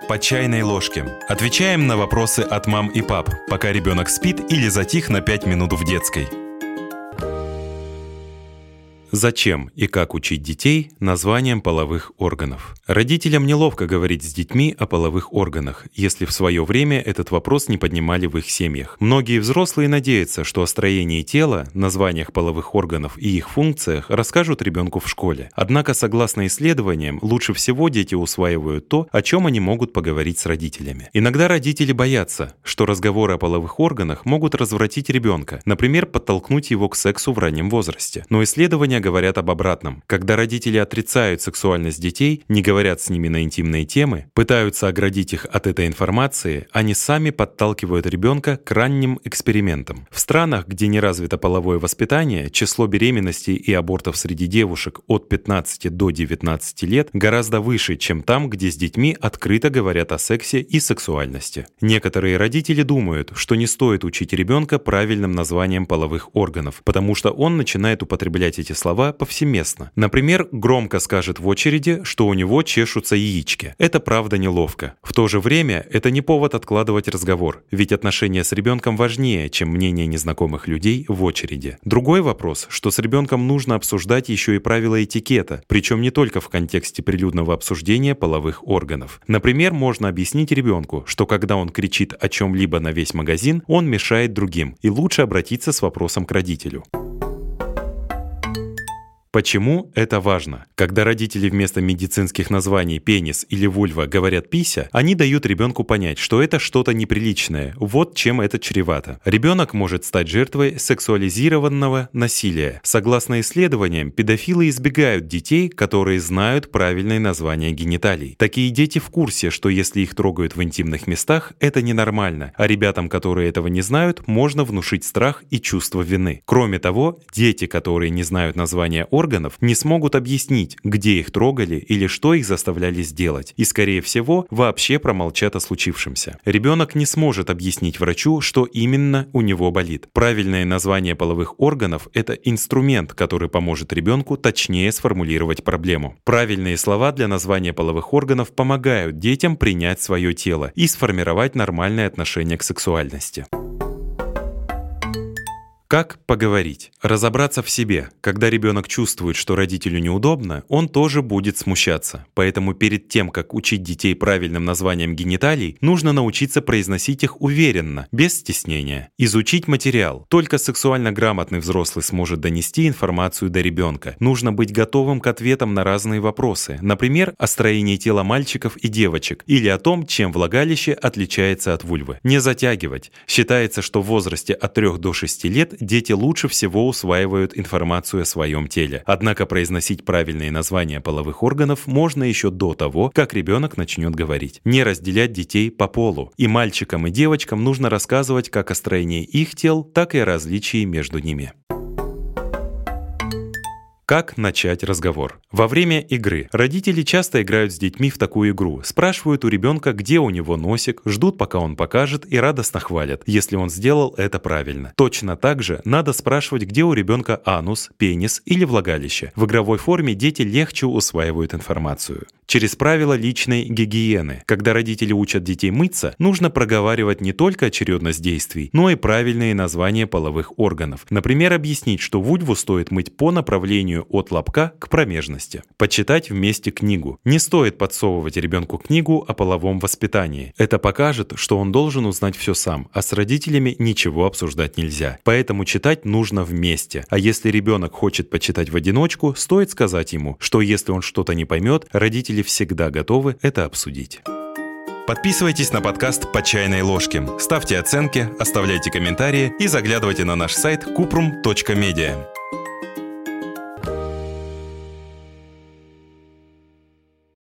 «По чайной ложке». Отвечаем на вопросы от мам и пап, пока ребенок спит или затих на 5 минут в детской. Зачем и как учить детей названиям половых органов? Родителям неловко говорить с детьми о половых органах, если в свое время этот вопрос не поднимали в их семьях. Многие взрослые надеются, что о строении тела, названиях половых органов и их функциях расскажут ребенку в школе. Однако, согласно исследованиям, лучше всего дети усваивают то, о чем они могут поговорить с родителями. Иногда родители боятся, что разговоры о половых органах могут развратить ребенка, например, подтолкнуть его к сексу в раннем возрасте. Но исследования говорят об обратном. Когда родители отрицают сексуальность детей, не говорят с ними на интимные темы, пытаются оградить их от этой информации, они сами подталкивают ребенка к ранним экспериментам. В странах, где не развито половое воспитание, число беременностей и абортов среди девушек от 15 до 19 лет гораздо выше, чем там, где с детьми открыто говорят о сексе и сексуальности. Некоторые родители думают, что не стоит учить ребенка правильным названиям половых органов, потому что он начинает употреблять эти слова повсеместно. Например, громко скажет в очереди, что у него чешутся яички. Это правда неловко. В то же время это не повод откладывать разговор, ведь отношения с ребенком важнее, чем мнение незнакомых людей в очереди. Другой вопрос, что с ребенком нужно обсуждать еще и правила этикета, причем не только в контексте прилюдного обсуждения половых органов. Например, можно объяснить ребенку, что когда он кричит о чем-либо на весь магазин, он мешает другим, и лучше обратиться с вопросом к родителю. Почему это важно? Когда родители вместо медицинских названий пенис или вульва говорят пися, они дают ребенку понять, что это что-то неприличное, вот чем это чревато. Ребенок может стать жертвой сексуализированного насилия. Согласно исследованиям, педофилы избегают детей, которые знают правильные названия гениталий. Такие дети в курсе, что если их трогают в интимных местах, это ненормально, а ребятам, которые этого не знают, можно внушить страх и чувство вины. Кроме того, дети, которые не знают названия органов, не смогут объяснить, где их трогали или что их заставляли сделать, и, скорее всего, вообще промолчат о случившемся. Ребенок не сможет объяснить врачу, что именно у него болит. Правильное название половых органов – это инструмент, который поможет ребенку точнее сформулировать проблему. Правильные слова для названия половых органов помогают детям принять свое тело и сформировать нормальное отношение к сексуальности. Как поговорить? Разобраться в себе. Когда ребенок чувствует, что родителю неудобно, он тоже будет смущаться. Поэтому перед тем, как учить детей правильным названиям гениталий, нужно научиться произносить их уверенно, без стеснения. Изучить материал. Только сексуально грамотный взрослый сможет донести информацию до ребенка. Нужно быть готовым к ответам на разные вопросы. Например, о строении тела мальчиков и девочек или о том, чем влагалище отличается от вульвы. Не затягивать. Считается, что в возрасте от 3 до 6 лет дети лучше всего усваивают информацию о своем теле. Однако произносить правильные названия половых органов можно еще до того, как ребенок начнет говорить. Не разделять детей по полу. И мальчикам, и девочкам нужно рассказывать как о строении их тел, так и о различии между ними. Как начать разговор? Во время игры родители часто играют с детьми в такую игру, спрашивают у ребенка, где у него носик, ждут, пока он покажет, и радостно хвалят, если он сделал это правильно. Точно так же надо спрашивать, где у ребенка анус, пенис или влагалище. В игровой форме дети легче усваивают информацию. Через правила личной гигиены. Когда родители учат детей мыться, нужно проговаривать не только очередность действий, но и правильные названия половых органов. Например, объяснить, что вульву стоит мыть по направлению от лобка к промежности. Почитать вместе книгу. Не стоит подсовывать ребенку книгу о половом воспитании. Это покажет, что он должен узнать все сам, а с родителями ничего обсуждать нельзя. Поэтому читать нужно вместе. А если ребенок хочет почитать в одиночку, стоит сказать ему, что если он что-то не поймет, родители всегда готовы это обсудить. Подписывайтесь на подкаст «По чайной ложке», ставьте оценки, оставляйте комментарии и заглядывайте на наш сайт kuprum.media.